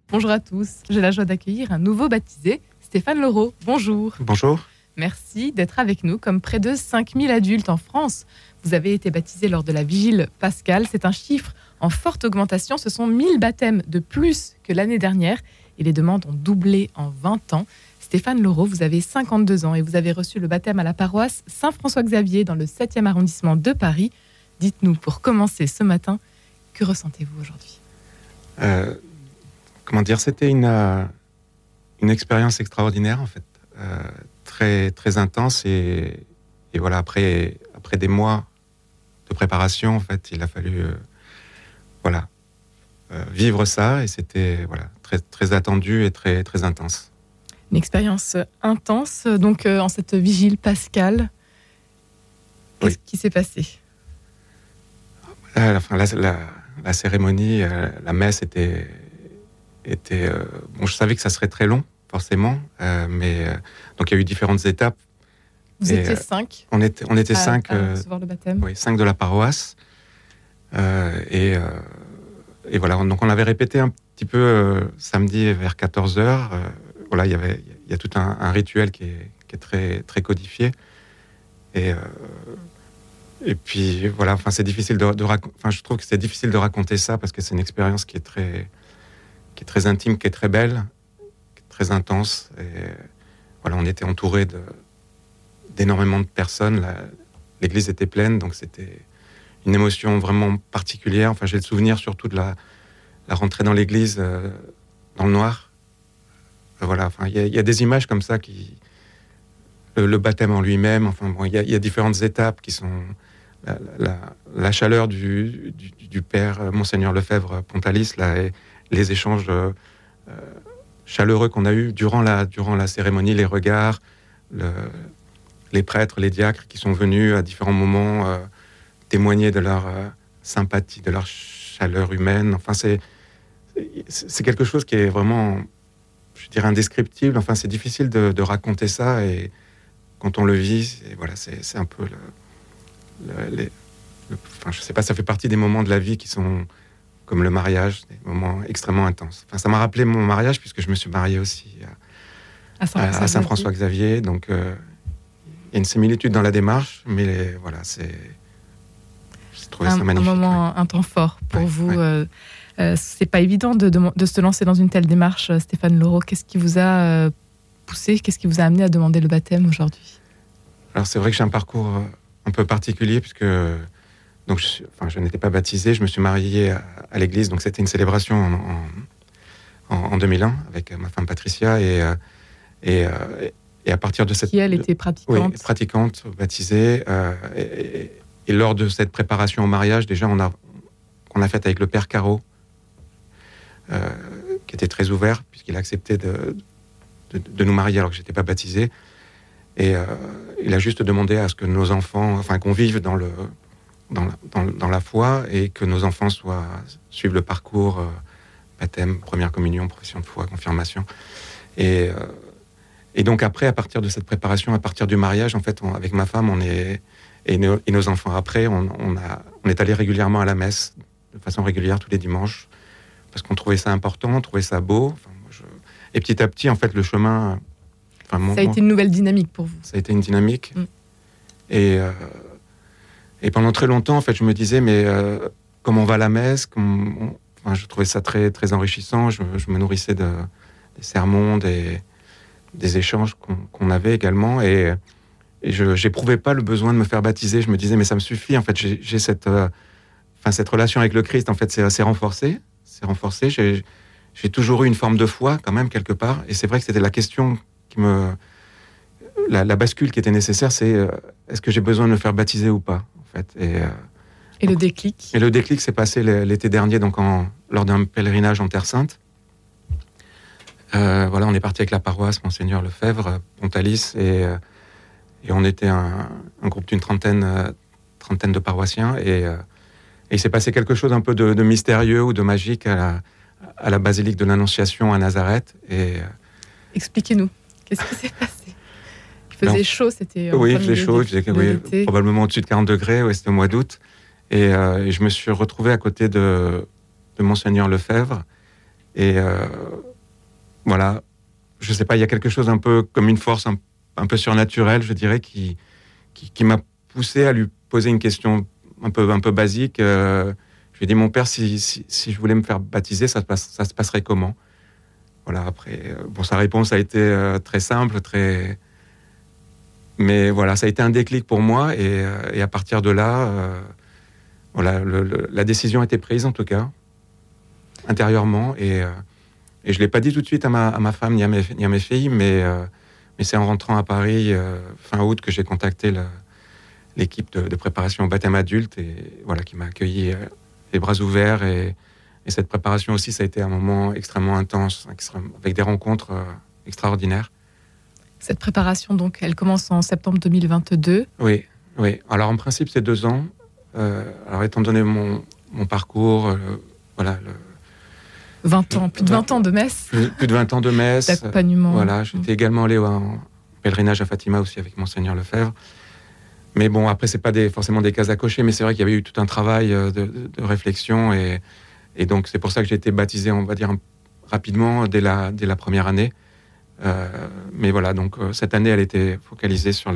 Bonjour à tous, j'ai la joie d'accueillir un nouveau baptisé, Stéphane Leroux. Bonjour. Bonjour. Merci d'être avec nous comme près de 5000 adultes en France. Vous avez été baptisé lors de la Vigile pascale. C'est un chiffre en forte augmentation. Ce sont 1000 baptêmes de plus que l'année dernière et les demandes ont doublé en 20 ans. Stéphane Leroux, vous avez 52 ans et vous avez reçu le baptême à la paroisse Saint-François-Xavier dans le 7e arrondissement de Paris. Dites-nous, pour commencer ce matin, que ressentez-vous aujourd'hui ? C'était une expérience extraordinaire en fait, très très intense et voilà après des mois de préparation en fait, il a fallu vivre ça et c'était très très attendu et très très intense. Une expérience intense donc en cette vigile pascale. Qu'est-ce qui s'est passé ? La cérémonie, la messe était je savais que ça serait très long, forcément, mais donc il y a eu différentes étapes. Vous étiez 5 On était 5 à recevoir le baptême. Oui, 5 de la paroisse. Et voilà, donc on avait répété un petit peu samedi vers 14h. Il y a tout un rituel qui est très, très codifié. Et puis voilà, c'est difficile je trouve que c'est difficile de raconter ça parce que c'est une expérience qui est très intime, qui est très belle, qui est très intense. Et voilà, on était entouré d'énormément de personnes. L'église était pleine, donc c'était une émotion vraiment particulière. J'ai le souvenir surtout de la rentrée dans l'église dans le noir. Il y a des images comme ça le baptême en lui-même. Il y a différentes étapes qui sont la chaleur du père Monseigneur Lefebvre Pontalis là, et les échanges chaleureux qu'on a eus durant la cérémonie, les regards, les prêtres, les diacres qui sont venus à différents moments témoigner de leur sympathie, de leur chaleur humaine. C'est quelque chose qui est vraiment, je dirais, indescriptible. C'est difficile de raconter ça et quand on le vit, c'est un peu je sais pas, ça fait partie des moments de la vie qui sont comme le mariage, des moments extrêmement intenses. Ça m'a rappelé mon mariage puisque je me suis marié aussi à Saint-François-Xavier. Donc, il y a une similitude dans la démarche, mais j'ai trouvé ça magnifique. Un temps fort pour vous. C'est pas évident de se lancer dans une telle démarche, Stéphane Leroux. Qu'est-ce qui vous a poussé ? Qu'est-ce qui vous a amené à demander le baptême aujourd'hui ? Alors, c'est vrai que j'ai un parcours un peu particulier puisque je n'étais pas baptisé, je me suis marié à l'église, donc c'était une célébration en 2001 avec ma femme Patricia et à partir de cette... Qui elle était pratiquante. Oui, pratiquante, baptisée. Et lors de cette préparation au mariage, déjà qu'on a faite avec le père Caro, qui était très ouvert puisqu'il a accepté de nous marier alors que je n'étais pas baptisé. Et il a juste demandé à ce que nos enfants, qu'on vive dans la foi et que nos enfants suivent le parcours baptême, première communion, profession de foi, confirmation. Et donc après, à partir de cette préparation, à partir du mariage, en fait, avec ma femme, et nos enfants après, on est allé régulièrement à la messe, de façon régulière, tous les dimanches, parce qu'on trouvait ça important, on trouvait ça beau. Et petit à petit, en fait, le chemin... Ça a été une nouvelle dynamique pour vous. Ça a été une dynamique. Et pendant très longtemps, en fait, je me disais, mais comment va la messe ? Je trouvais ça très, très enrichissant. Je me nourrissais des sermons, des échanges qu'on avait également. Et je n'éprouvais pas le besoin de me faire baptiser. Je me disais, mais ça me suffit. En fait, j'ai cette relation avec le Christ, en fait, c'est renforcé. C'est renforcé. J'ai toujours eu une forme de foi, quand même, quelque part. Et c'est vrai que c'était la question la bascule qui était nécessaire, c'est est-ce que j'ai besoin de me faire baptiser ou pas, en fait. Et le déclic ? Et le déclic s'est passé l'été dernier, donc lors d'un pèlerinage en Terre Sainte. On est parti avec la paroisse Monseigneur Lefebvre, Pontalis, et on était un groupe d'une trentaine de paroissiens, et il s'est passé quelque chose un peu de mystérieux ou de magique à la basilique de l'Annonciation à Nazareth. Expliquez-nous. Qu'est-ce qui s'est passé ? Il faisait chaud, c'était... Oui, il faisait chaud, probablement au-dessus de 40 degrés, c'était au mois d'août. Et je me suis retrouvé à côté de Monseigneur Lefebvre. Et voilà, je sais pas, il y a quelque chose un peu comme une force un peu surnaturelle, je dirais, qui m'a poussé à lui poser une question un peu basique. Je lui ai dit, mon père, si je voulais me faire baptiser, ça se passerait comment? Voilà, après, sa réponse a été très simple, mais voilà, ça a été un déclic pour moi, et à partir de là, voilà, la décision a été prise, en tout cas, intérieurement, et je l'ai pas dit tout de suite à ma femme ni à mes filles, mais c'est en rentrant à Paris fin août que j'ai contacté l'équipe de préparation au baptême adulte, et voilà, qui m'a accueilli les bras ouverts, et cette préparation aussi, ça a été un moment extrêmement intense, avec des rencontres extraordinaires. Cette préparation, donc, elle commence en septembre 2022. Oui. Alors, en principe, c'est 2 ans. Alors, étant donné mon parcours, voilà... 20 ans, plus de 20 ans de messe. Plus de 20 ans de messe. D'accompagnement. Voilà, j'étais également allé en pèlerinage à Fatima aussi avec Monseigneur Lefebvre. Mais bon, après, c'est pas forcément des cases à cocher, mais c'est vrai qu'il y avait eu tout un travail de réflexion, et donc c'est pour ça que j'ai été baptisé, on va dire, rapidement dès la première année. Mais voilà, donc cette année, elle était focalisée sur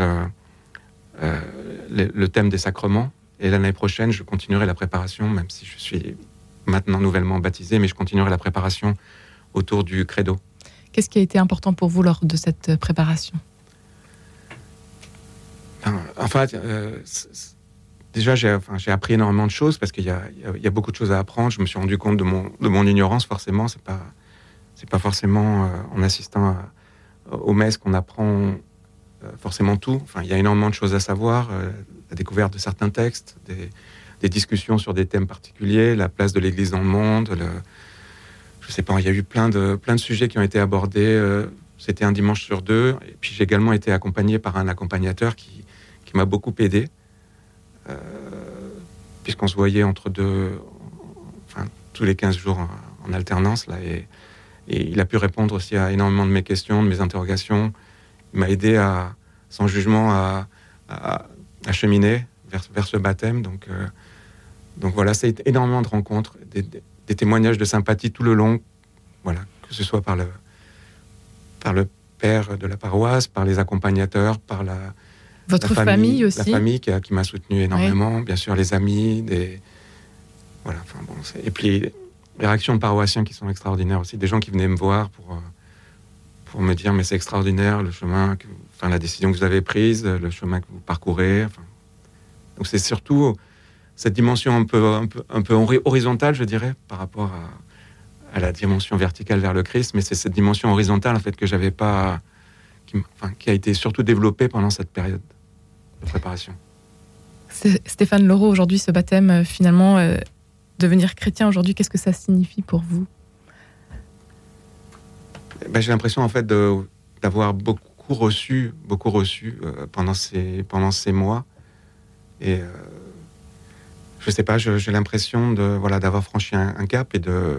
le thème des sacrements, et l'année prochaine, je continuerai la préparation, même si je suis maintenant nouvellement baptisé, mais je continuerai la préparation autour du credo. Qu'est-ce qui a été important pour vous lors de cette préparation? Déjà, j'ai appris énormément de choses, parce qu'il y a beaucoup de choses à apprendre. Je me suis rendu compte de mon ignorance, forcément. C'est pas forcément en assistant aux messes qu'on apprend forcément tout. Enfin, il y a énormément de choses à savoir, la découverte de certains textes, des discussions sur des thèmes particuliers, la place de l'Église dans le monde. Je sais pas, il y a eu plein de sujets qui ont été abordés. C'était un dimanche sur 2. Et puis j'ai également été accompagné par un accompagnateur qui m'a beaucoup aidé, puisqu'on se voyait tous les 15 jours en alternance là, et il a pu répondre aussi à énormément de mes questions, de mes interrogations. Il m'a aidé sans jugement à cheminer vers ce baptême. Donc voilà, c'est énormément de rencontres, des témoignages de sympathie tout le long, voilà, que ce soit par le père de la paroisse, par les accompagnateurs, par votre famille aussi. La famille qui m'a soutenu énormément, bien sûr, les amis, voilà, et puis les réactions de paroissiens qui sont extraordinaires aussi, des gens qui venaient me voir pour me dire, mais c'est extraordinaire le chemin, la décision que vous avez prise, le chemin que vous parcourez. Donc c'est surtout cette dimension un peu horizontale, je dirais, par rapport à la dimension verticale vers le Christ, mais c'est cette dimension horizontale en fait que j'avais pas, qui a été surtout développée pendant cette période de préparation. Stéphane Laureau, aujourd'hui, ce baptême, finalement, devenir chrétien aujourd'hui, qu'est-ce que ça signifie pour vous? J'ai l'impression en fait d'avoir beaucoup reçu pendant ces mois, et je sais pas, j'ai l'impression d'avoir franchi un cap, et de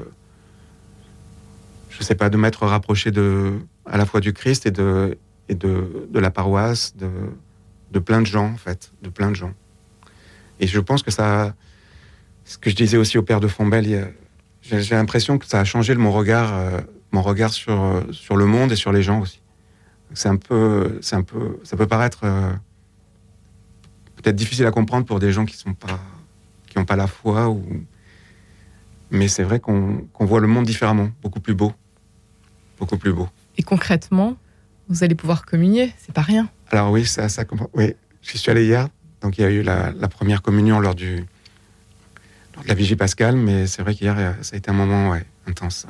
m'être rapproché à la fois du Christ et de la paroisse, de plein de gens en fait, Et je pense que ça, ce que je disais aussi au père de Fombelle, j'ai l'impression que ça a changé mon regard sur le monde et sur les gens aussi. Ça peut paraître peut-être difficile à comprendre pour des gens qui n'ont pas la foi, mais c'est vrai qu'on voit le monde différemment, beaucoup plus beau. Et concrètement, vous allez pouvoir communier, c'est pas rien. Alors oui, oui, j'y suis allé hier, donc il y a eu la première communion lors de la vigie pascale, mais c'est vrai qu'hier, ça a été un moment intense.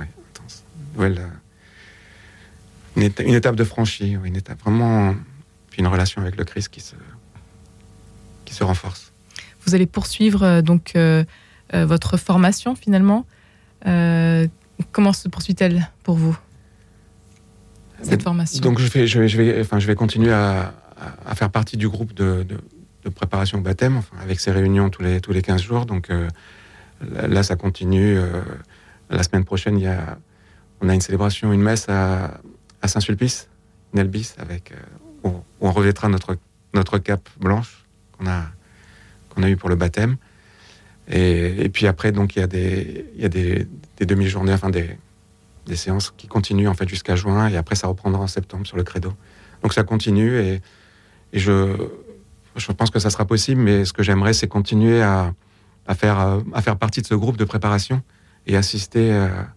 Une étape de franchie, une étape vraiment, puis une relation avec le Christ qui se renforce. Vous allez poursuivre votre formation finalement. Comment se poursuit-elle pour vous, cette formation? Donc je vais continuer à faire partie du groupe de préparation au baptême, avec ces réunions tous les 15 jours. Donc là, ça continue. La semaine prochaine, on a une célébration, une messe à Saint-Sulpice, Nelbis, où on revêtera notre cape blanche qu'on a eu pour le baptême. Et puis après, donc il y a des demi-journées, des séances qui continuent en fait jusqu'à juin, et après ça reprendra en septembre sur le Credo. Donc ça continue, et je pense que ça sera possible, mais ce que j'aimerais, c'est continuer à faire partie de ce groupe de préparation et assister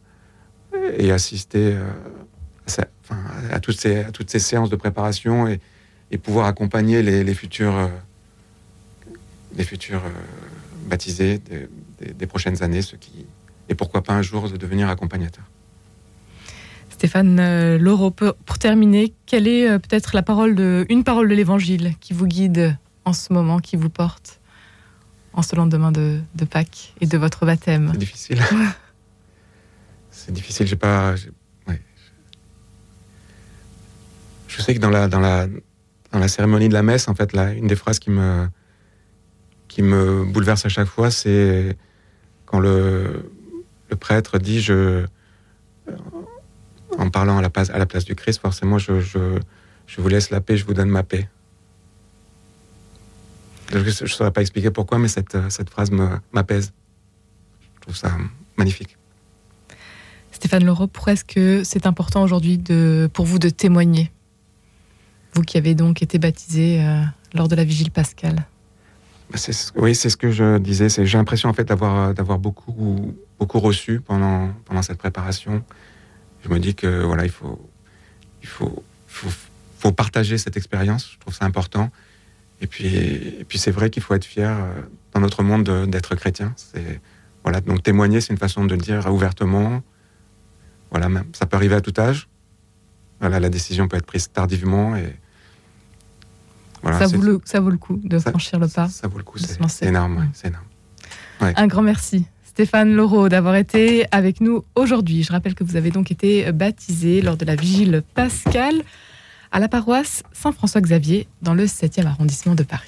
à toutes ces séances de préparation, et pouvoir accompagner les futurs baptisés des prochaines années, et pourquoi pas un jour de devenir accompagnateur. Stéphane Laureau, pour terminer, quelle est peut-être une parole de l'Évangile qui vous guide en ce moment, qui vous porte en ce lendemain de Pâques et de votre baptême? C'est difficile. C'est difficile. Je sais que dans la cérémonie de la messe, en fait, une des phrases qui me bouleverse à chaque fois, c'est quand le prêtre dit, en parlant à la place du Christ, forcément, je vous laisse la paix, je vous donne ma paix. Je ne saurais pas expliquer pourquoi, mais cette phrase m'apaise. Je trouve ça magnifique. Stéphane Laureau, pourquoi est-ce que c'est important aujourd'hui pour vous de témoigner? Vous qui avez donc été baptisé lors de la vigile pascale. Oui, c'est ce que je disais. J'ai l'impression en fait d'avoir beaucoup reçu pendant cette préparation. Je me dis que voilà, il faut partager cette expérience. Je trouve ça important. Et puis c'est vrai qu'il faut être fier dans notre monde d'être chrétien. Voilà, donc témoigner, c'est une façon de le dire ouvertement. Voilà, même, ça peut arriver à tout âge. Voilà, la décision peut être prise tardivement, et voilà, ça vaut le coup de franchir le pas. Ça vaut le coup, c'est énorme. Ouais, c'est énorme. Ouais. Un grand merci, Stéphane Laureau, d'avoir été avec nous aujourd'hui. Je rappelle que vous avez donc été baptisé lors de la vigile pascale à la paroisse Saint-François-Xavier dans le 7e arrondissement de Paris.